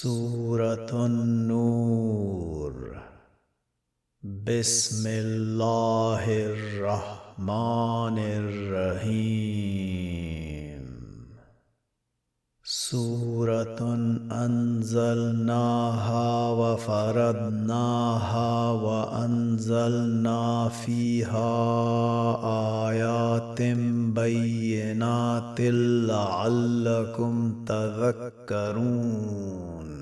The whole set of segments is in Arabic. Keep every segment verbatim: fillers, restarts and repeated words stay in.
سورة النور. بسم الله الرحمن الرحيم. سورة أنزلناها وفرضناها وأنزلنا فيها آيات بينات لعلكم تذكرون.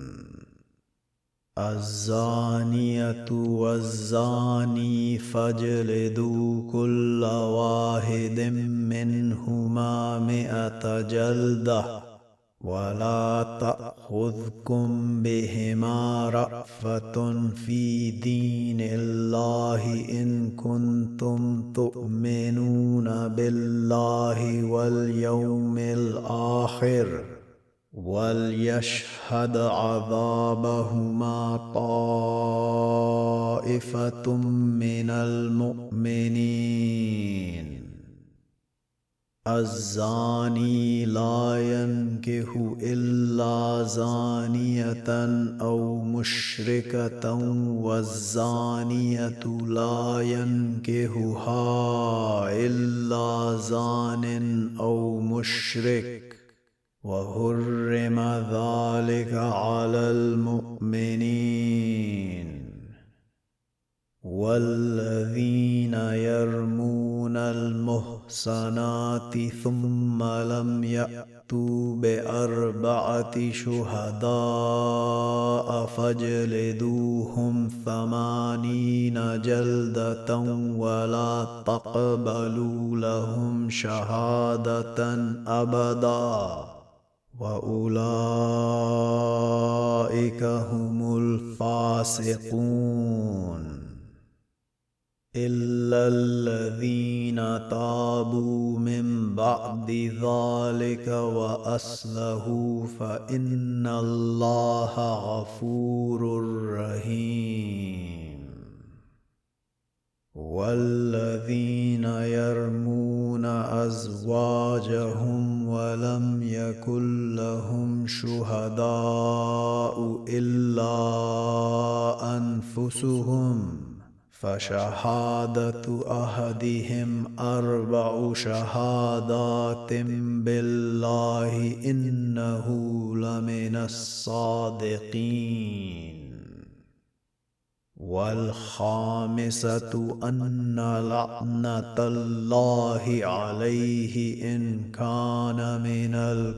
الزانية والزاني فاجلدوا كل واحد منهما مئة جلدة ولا تأخذكم بهما رأفة في دين الله إن كنتم تؤمنون بالله واليوم الآخر وليشهد عذابهما طائفة من المؤمنين. الزاني لا ينكح إلا زانية أو مشركة والزانية لا ينكحها إلا زان أو مشرك وحرم ذلك على المؤمنين. والذين يرمون المحصنات ثم لم يأتوا بأربعة شهداء فاجلدوهم ثمانين جلدة ولا تقبلوا لهم شهادة أبدا وأولئك هم الفاسقون. إلا الذين تابوا من بعد ذلك وأصلحوا فإن الله غفور رحيم. والذين يرمون أزواجهم ولم يكن لهم شهداء إلا أنفسهم فشهادة أحدهم أربع شهادات بالله إنه لمن الصادقين. والخامسة أن لعنة الله عليه إن كان من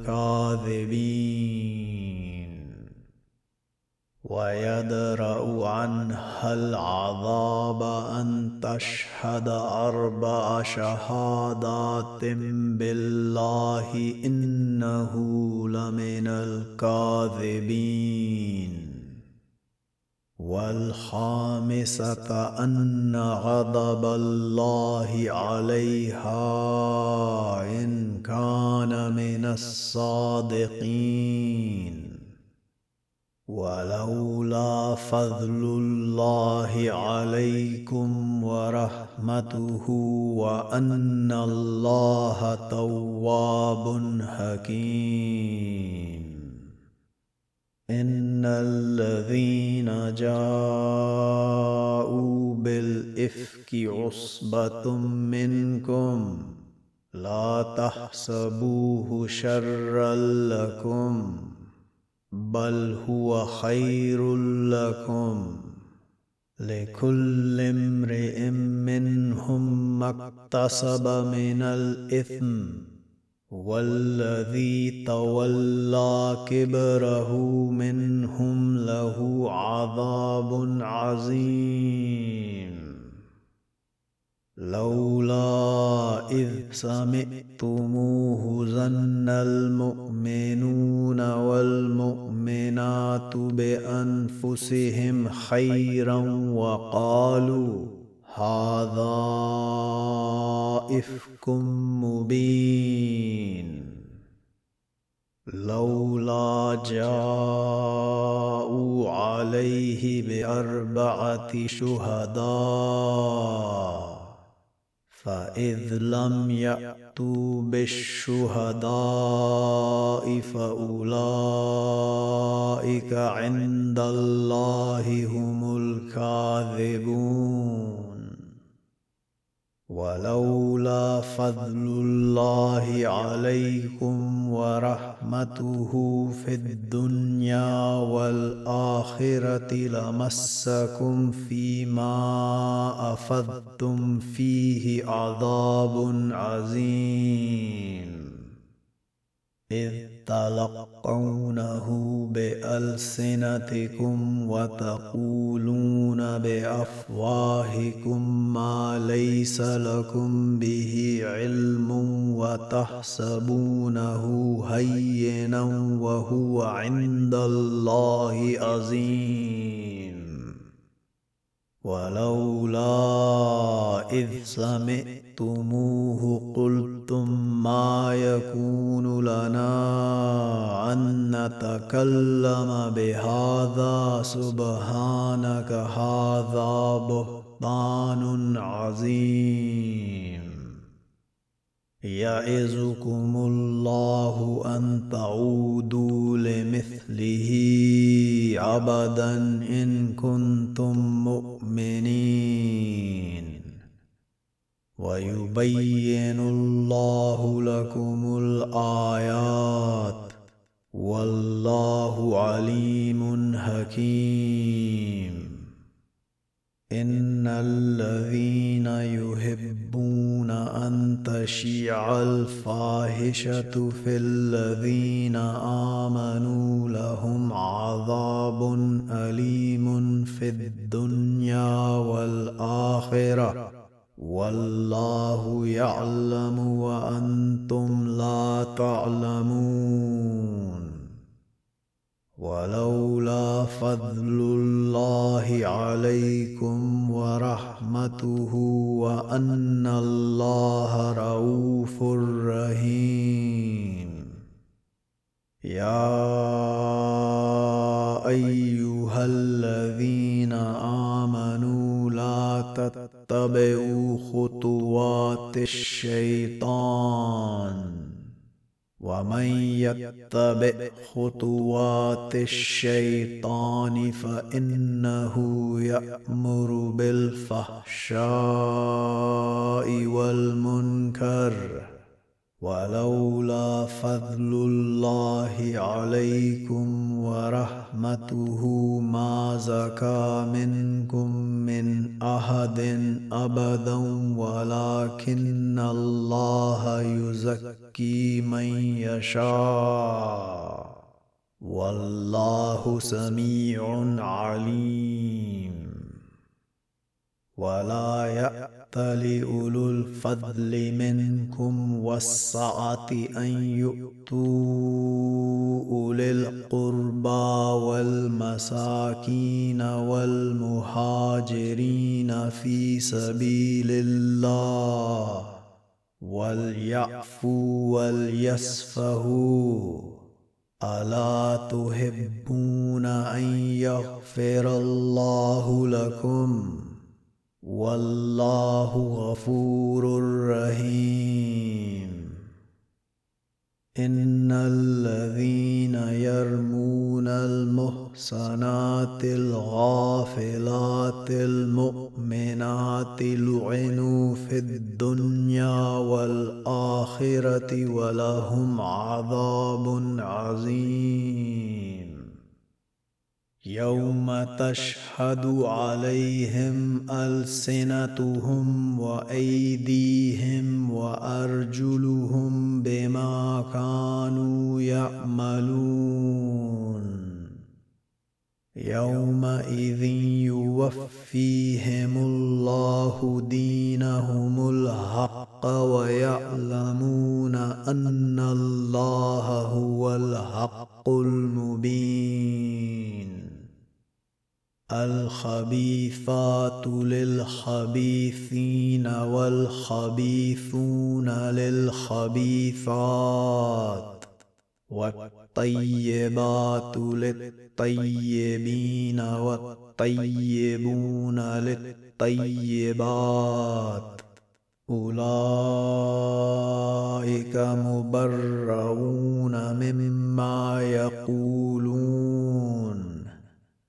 الكاذبين. ويدرأ عنها العذاب أن تشهد أربع شهادات بالله إنه لمن الكاذبين. والخامسة أن غضب الله عليها إن كان من الصادقين. ولولا فضل الله عليكم ورحمته وأن الله تواب حكيم. إن الذين جاءوا بالإفك عصبة منكم لا تحسبوه شرا لكم بل هو خير لكم. لكل امرئ منهم ما اكتسب من الإثم والذي تولى كبره منهم له عذاب عظيم. لولا إذ سمعتموه ظن المؤمنون والمؤمنات بأنفسهم خيرا وقالوا هذا إفك مبين. لولا جاءوا عليه بأربعة شهداء فإذ لم يأتوا بالشهداء فأولئك أولئك عند الله هم الكاذبون. ولولا فضل الله عليكم ورحمته في الدنيا والآخرة لمسكم فيما أفضتم فيه عذاب عظيم، إذ تلقونه بألسنتكم وتقولون بأفواهكم ما ليس لكم به علم وتحسبونه هينا وهو عند الله عظيم. ولولا إذ سمعتموه قلتم ما يكون لنا أن نتكلم بهذا سبحانك هذا بهتان عظيم. يعظكم الله أن تعودوا لمثله أبدا إن كنتم مؤمنين. ويبين الله لكم الآيات والله عليم حكيم. إن الذين يحبون أن تشيع الفاحشة في الذين آمنوا لهم عذاب أليم في الدنيا والآخرة والله يعلم وأنتم لا تعلمون. ولولا فضل الله عليكم ورحمته وأن الله رؤوف رحيم. يا أيها الذين آمنوا لا تتبعوا خطوات الشيطان، ومن يتبع خطوات الشيطان فإنه يأمر بالفحشاء والمنكر. ولولا فضل الله عليكم ورحمته ما زكى منكم من أحد أبدا ولكن الله يزكي من يشاء والله سميع عليم. ولا يأتل أولو الفضل منكم والسعة أن يؤتوا أولي القربى والمساكين والمهاجرين في سبيل الله وليعفوا وليصفحوا. ألا تحبون أن يغفر الله لكم والله غفور رحيم. إن الذين يرمون المحصنات الغافلات المؤمنات لعنوا في الدنيا والآخرة ولهم عذاب عظيم. يوم تشهد عليهم ألسنتهم وأيديهم وأرجلهم بما كانوا يعملون. يومئذ يوفيهم الله دينهم الحق ويعلمون أن الله هو الحق المبين. الخبيثات للخبيثين والخبيثون للخبيثات والطيبات للطيبين والطيبون للطيبات. أولئك مبرؤون مما يقولون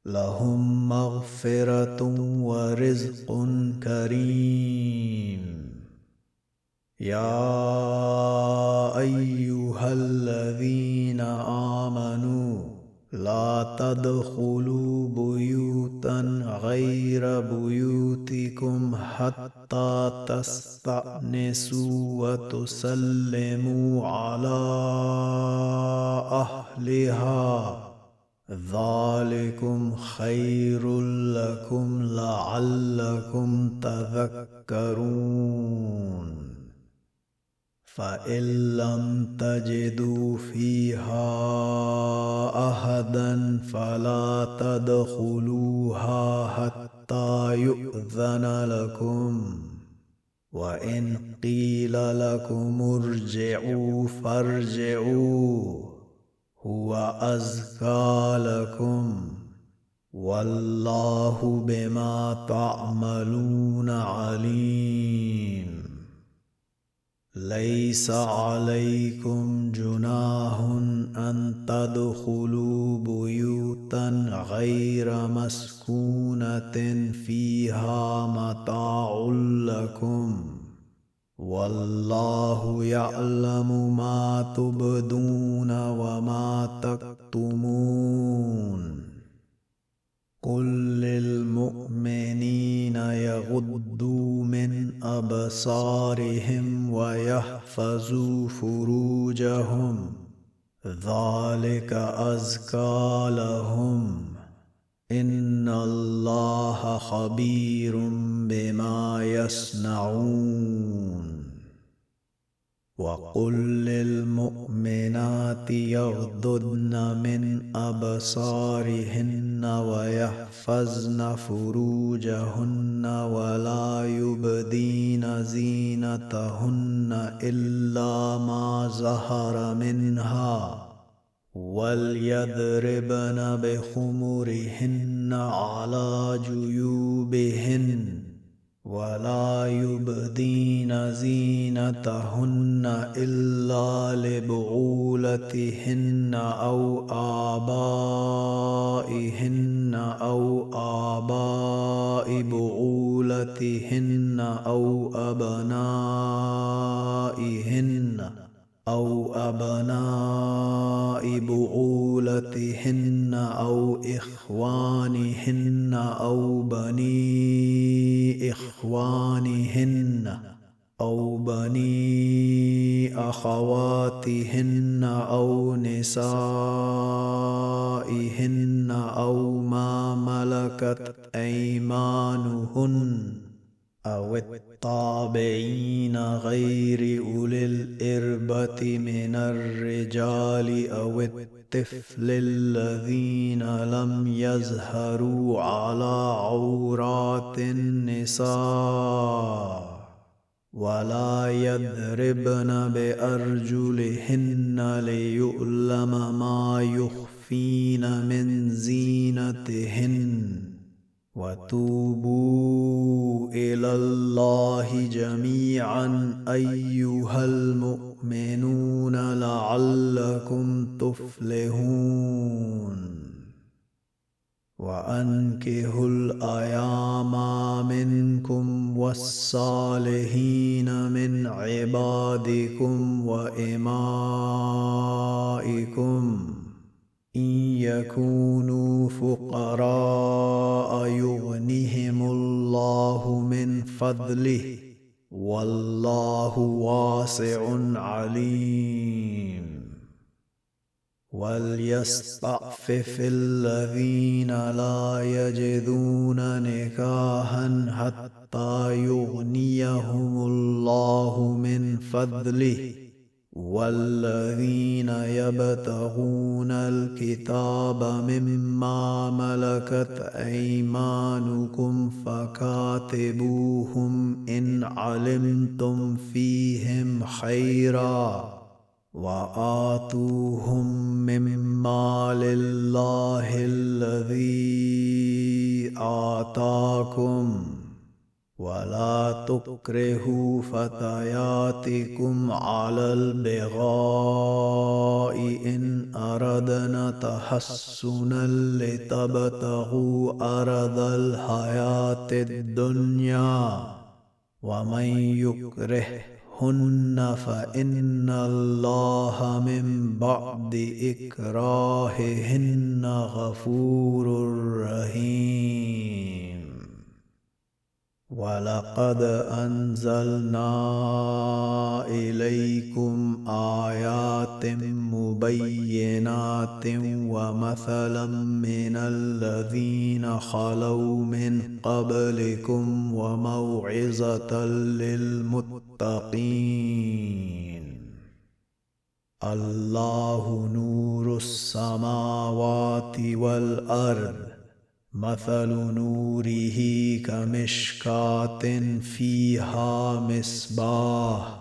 لهم مغفرة ورزق كريم. يا أيها الذين آمنوا لا تدخلوا بيوتا غير بيوتكم حتى تستأنسوا وتسلموا على أهلها، ذلكم خير لكم لعلكم تذكرون. فإن لم تجدوا فيها أحدا فلا تدخلوها حتى يؤذن لكم، وإن قيل لكم ارجعوا فارجعوا هو أزكى لكم، والله بما تعملون عليم. ليس عليكم جناح أن تدخلوا بيوتا غير مسكونة فيها متاع لكم، والله يعلم ما تبدون وما تكتمون. قل للمؤمنين يغضوا من أبصارهم ويحفظوا فروجهم، ذلك أزكى لهم، إن الله خبير بما يصنعون. وقل للمؤمنات يغضضن من أبصارهن ويحفظن فروجهن ولا يبدين زينتهن إلا ما ظهر منها، وليضربن بخمرهن على جيوبهن، ولا يبدين زينتهن إلا لبعولتهن أو آبائهن أو آباء بعولتهن أو أبنائهن أو أبناء بعولتهن أو إخوانهن أو بني إخوانهن أو بني أخواتهن أو نسائهن أو ما ملكت أيمانهن أو الطابعين غير أولي الإربة من الرجال أو الطفل الذين لم يظهروا على عورات النساء، ولا يضربن بأرجلهن ليعلم ما يخفين من زينتهن. وتوبوا إلى الله جميعا أيها المؤمنون لعلكم تفلحون. وأنكحوا الأيام منكم والصالحين من عبادكم وإمائكم، إن يكونوا فقراء يغنهم الله من فضله، والله واسع عليم. وليستعفف الذين لا يجدون نكاحا حتى يغنيهم الله من فضله، والذين يبتغون الكتاب مما ملكت أيمانكم فكاتبوهم إن علمتم فيهم خيرا، وآتوهم مما لله الذي آتاكم، ولا تكرهوا فتياتكم على البغاء إن أردنا تحسنا لتبتغوا أرض الحياة الدنيا ومن يكرههن فإن الله من بعد إكراههن غفور رحيم. ولقد أنزلنا إليكم آيات مبينات ومثلا من الذين خلوا من قبلكم وموعظة للمتقين. الله نور السماوات والأرض، مثل نوره كمشكاة فيها مصباح،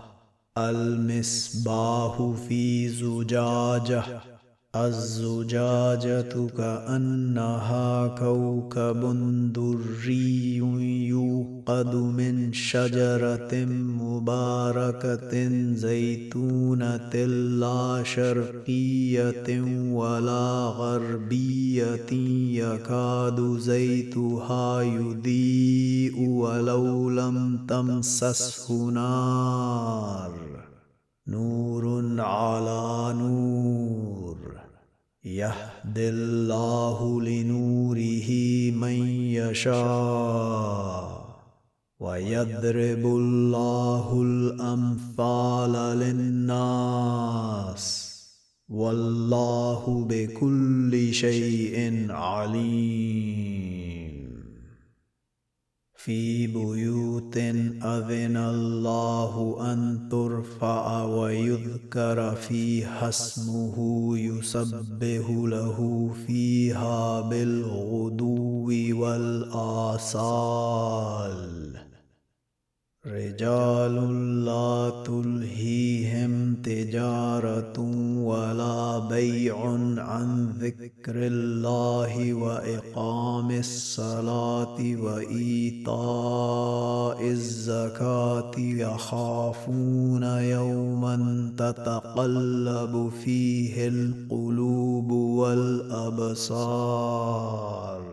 المصباح في زجاجة، الزجاجة كأنها كوكب دري يوقد من شجرة مباركة زيتونة لا شرقية ولا غربية يكاد زيتها يضيء ولو لم تمسسه نار، نور على نور، يهدي الله لنوره من يشاء ويضرب الله الأمثال للناس والله بكل شيء عليم. في بيوت أذن الله أن ترفع ويذكر فيها اسمه يسبح له فيها بالغدو والآصال، رجال لا تلهيهم تجارة ولا بيع عن ذكر الله وإقام الصلاة وإيتاء الزكاة يخافون يوما تتقلب فيه القلوب والأبصار،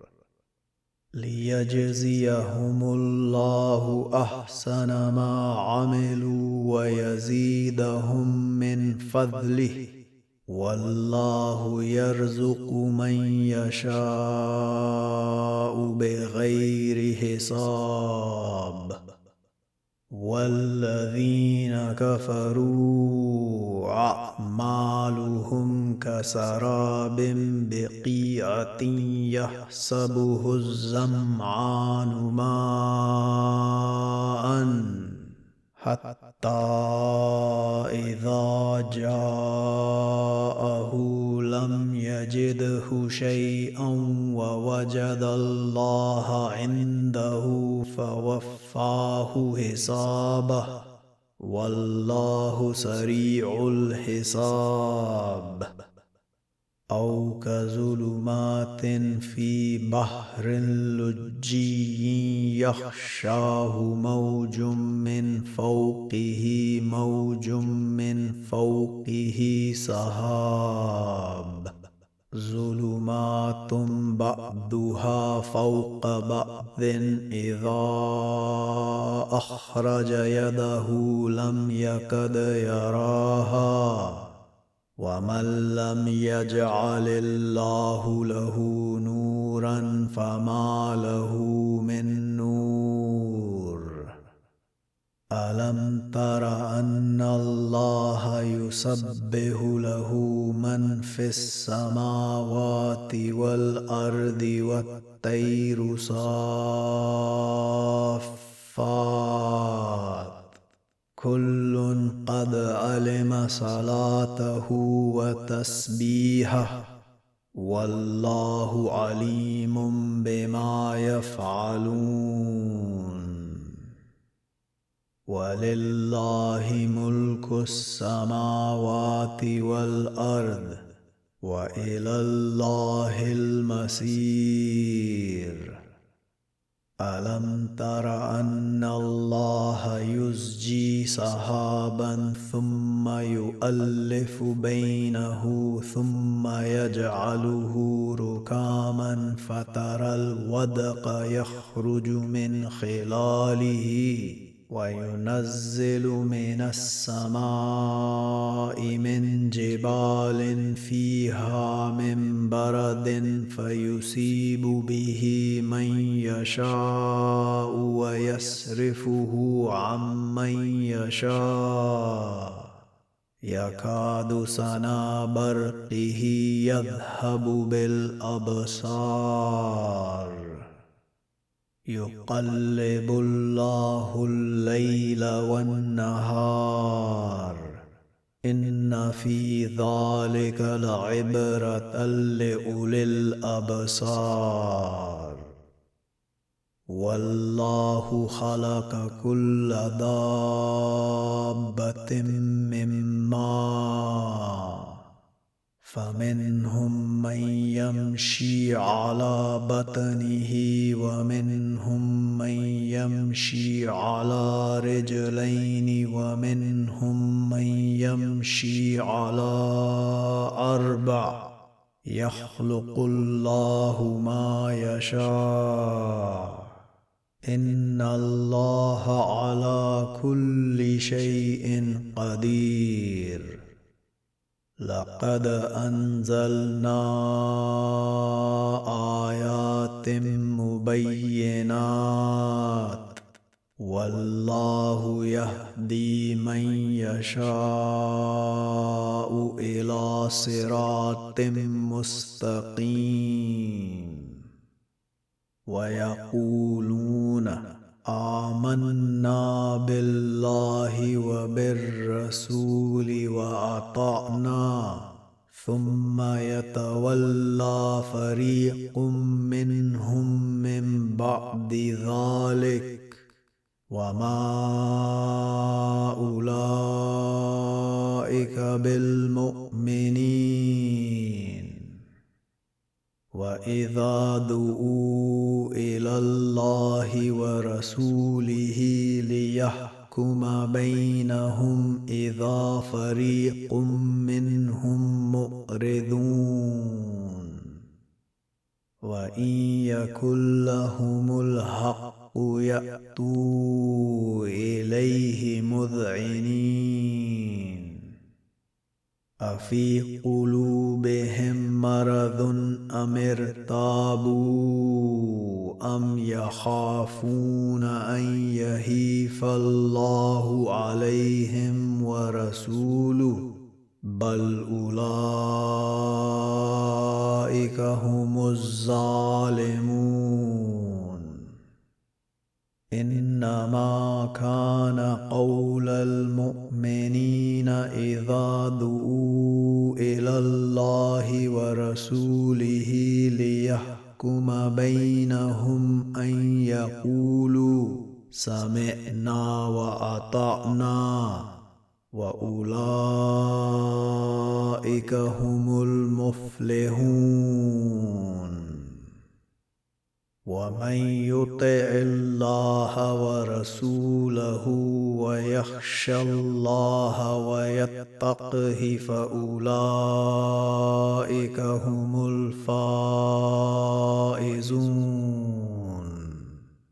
ليجزيهم الله أحسن ما عملوا ويزيدهم من فضله، والله يرزق من يشاء بغير حساب. والذين كفروا أعمالهم كسراب بقيعة يحسبه الظمآن ماء حتى إذا جاءه لم يجده شيئا ووجد الله عنده فوفاه حسابه، والله سريع الحساب. أو كظلمات في بحر لجي يغشاه موج من فوقه موج من فوقه سحاب، ظلمات بعضها فوق بعض إذا أخرج يده لم يكد يراها، ومن لم يجعل الله له نورا فما له من نور. ألم تر أن الله يسبح له من في السماوات والأرض والطير صافات، كل قد علم صلاته وتسبيحه، والله عليم بما يفعلون. ولله ملك السماوات والأرض وإلى الله المصير. ألم تر أن الله يزجي سحابا ثم يؤلف بينه ثم يجعله ركاما فترى الودق يخرج من خلاله وينزل من السماء من جبال فيها من برد فيصيب به من يشاء ويصرفه عن من يشاء يكاد سنا برقه يذهب بالأبصار يقلب الله الليل والنهار إن في ذلك لعبرة لأولي الأبصار والله خلق كل دابة من ماء فمنهم من يمشي على بطنه ومنهم من يمشي على رجلين ومنهم من يمشي على أربع يخلق الله ما يشاء إن الله على كل شيء قدير لقد أنزلنا آيات مبينات والله يهدي من يشاء إلى صراط مستقيم ويقولون آمنا بالله وبالرسول وأطعنا ثم يتولى فريق منهم من بعد ذلك وما أولئك بالمؤمنين وإذا دعوا إلى الله ورسوله ليحكم بينهم إذا فريق منهم مؤرضون وإن يكن لهم الحق يأتوا إليه مذعنين أفي قلوبهم مرض أم ارتابوا أم يخافون أن يهيف الله عليهم ورسوله بل أولئك هم الظالمون إنما كان قول المؤمنين إذا دعوا إلى الله ورسوله ليحكم بينهم أن يقولوا سمعنا وأطعنا وأولئك هم المفلحون ومن يطع الله ورسوله ويخشى الله ويتقه فأولئك هم الفائزون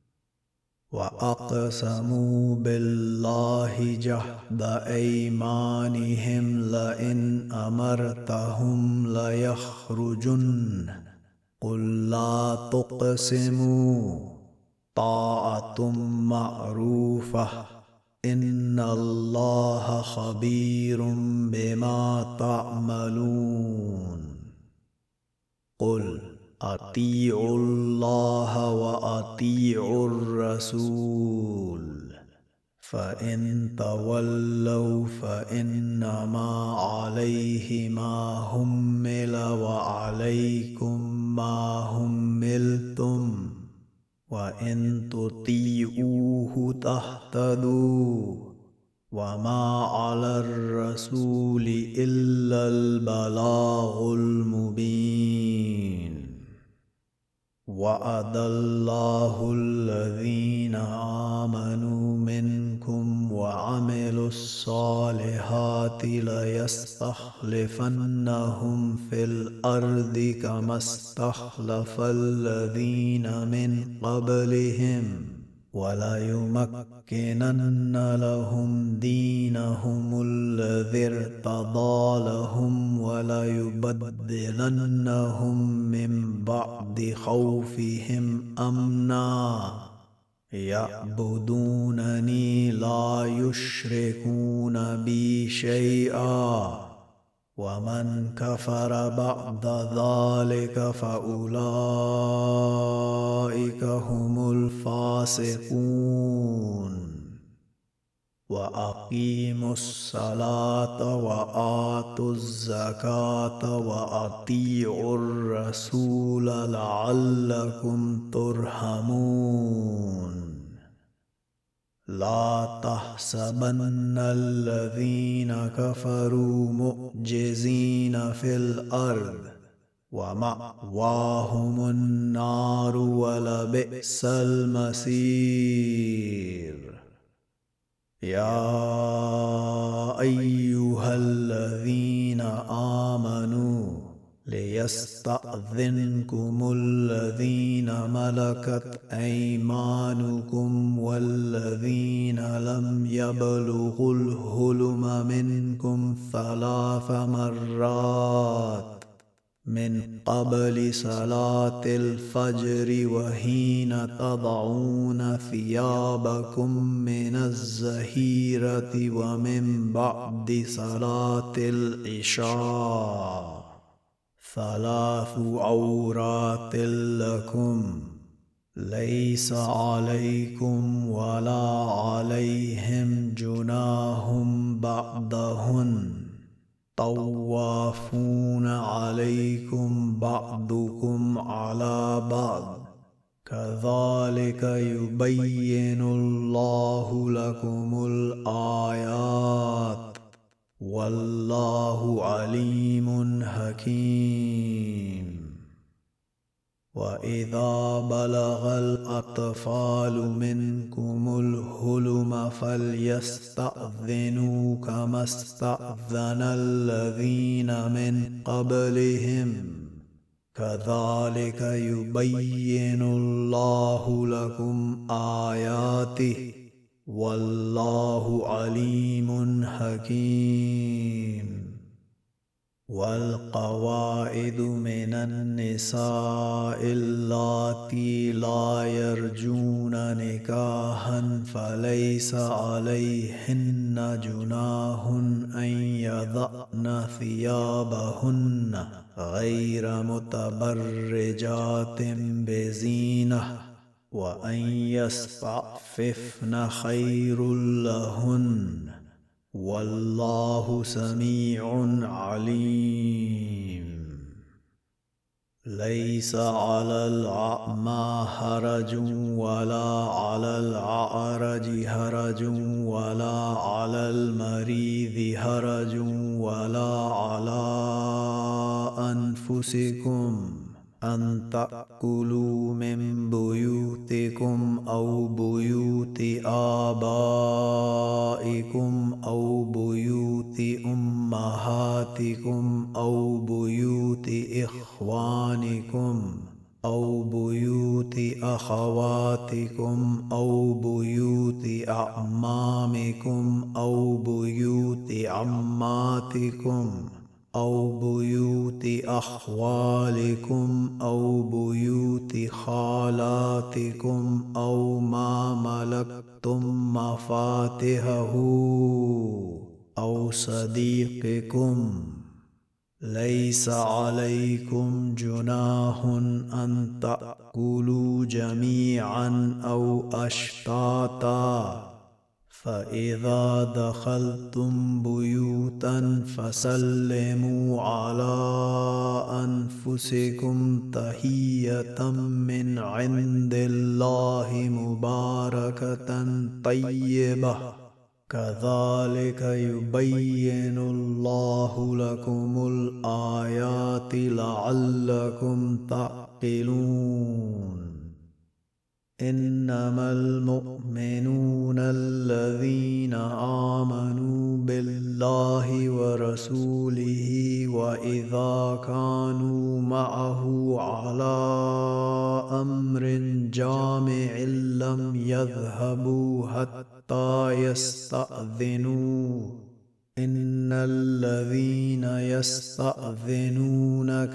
وأقسموا بالله جهد أيمانهم لئن أمرتهم ليخرجن قل لا تقسموا طاعة معروفة إن الله خبير بما تعملون قل أطيعوا الله وأطيعوا الرسول فإن تولوا فإنما عليه ما حمل وعليكم ما حملتم وإن تطيعوه تهتدوا وما على الرسول إلا البلاغ المبين وعد الله الذين آمنوا منكم وعملوا الصالحات ليستخلفنهم في الأرض كما استخلف الذين من قبلهم وليمكنن لهم دينهم الذي ارتضى لهم وليبدلنهم من بعد خوفهم أمنا يعبدونني لا يشركون بي شيئا ومن كفر بعد ذلك فأولئك هم الفاسقون وأقيموا الصلاة وآتوا الزكاة وأطيعوا الرسول لعلكم ترحمون لا تحسبن الذين كفروا معجزين في الأرض ومأواهم النار ولبئس المصير يا أيها الذين آمنوا ليستأذنكم الذين ملكت أيمانكم والذين لم يبلغوا الحلم منكم ثلاث مرات من قبل صلاة الفجر وحين تضعون ثيابكم من الظهيرة ومن بعد صلاة العشاء ثلاث عورات لكم ليس عليكم ولا عليهم جناح بعدهن طوافون عليكم بعضكم على بعض كذلك يبين الله لكم الآيات والله عليم حكيم وإذا بلغ الأطفال منكم الحلم فليستأذنوا كما استأذن الذين من قبلهم كذلك يبين الله لكم آياته والله عليم حكيم والقواعد من النساء اللاتي لا يرجون نكاحا فليس عليهن جناح أن يضعن ثيابهن غير متبرجات بزينة وأن يستعففن خير لهن والله سميع عليم ليس على الأعمى حرج ولا على الأعرج حرج ولا على المريض حرج ولا على أنفسكم أن تأكلوا من بيوتكم أو بيوت آبائكم أو بيوت أمهاتكم أو بيوت إخوانكم أو بيوت أخواتكم أو بيوت أعمامكم أو بيوت عماتكم أو بيوت أخوالكم أو بيوت خالاتكم أو ما ملكتم مفاتحه أو صديقكم ليس عليكم جناح أن تأكلوا جميعا أو أشتاتا فإذا دخلتم بيوتا فسلموا على أنفسكم تحية من عند الله مباركة طيبة كذلك يبين الله لكم الآيات لعلكم تعقلون إنما المؤمنون الذين آمنوا بالله ورسوله وإذا كانوا معه على أمر جامع لم يذهبوا حتى يستأذنوه إن الذين يستأذنونك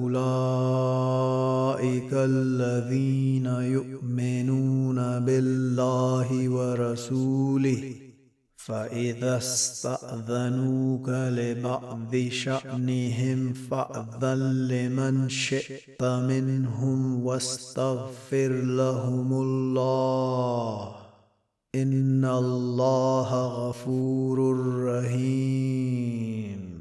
أولئك الذين يؤمنون بالله ورسوله فإذا استأذنوك لبعض شأنهم فأذن لمن شئت منهم واستغفر لهم الله إن الله غفور رحيم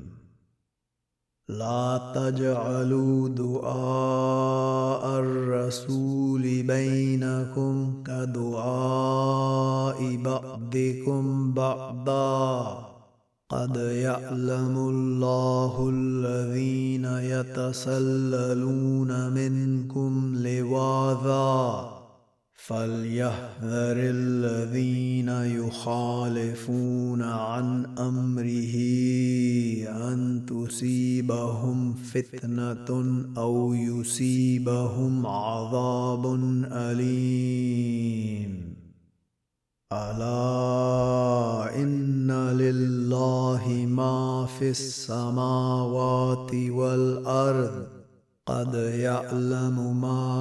لا تجعلوا دعاء الرسول بينكم كدعاء بعضكم بعضا قد يعلم الله الذين يتسللون منكم لواذا فليحذر الذين يخالفون عن أمره أن تصيبهم فتنة أو يصيبهم عذاب أليم ألا إن لله ما في السماوات والأرض قد يعلم ما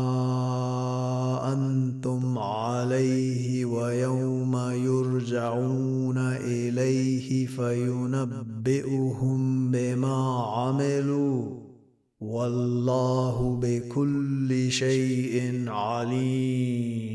أنتم عليه ويوم يرجعون إليه فينبئهم بما عملوا والله بكل شيء عليم.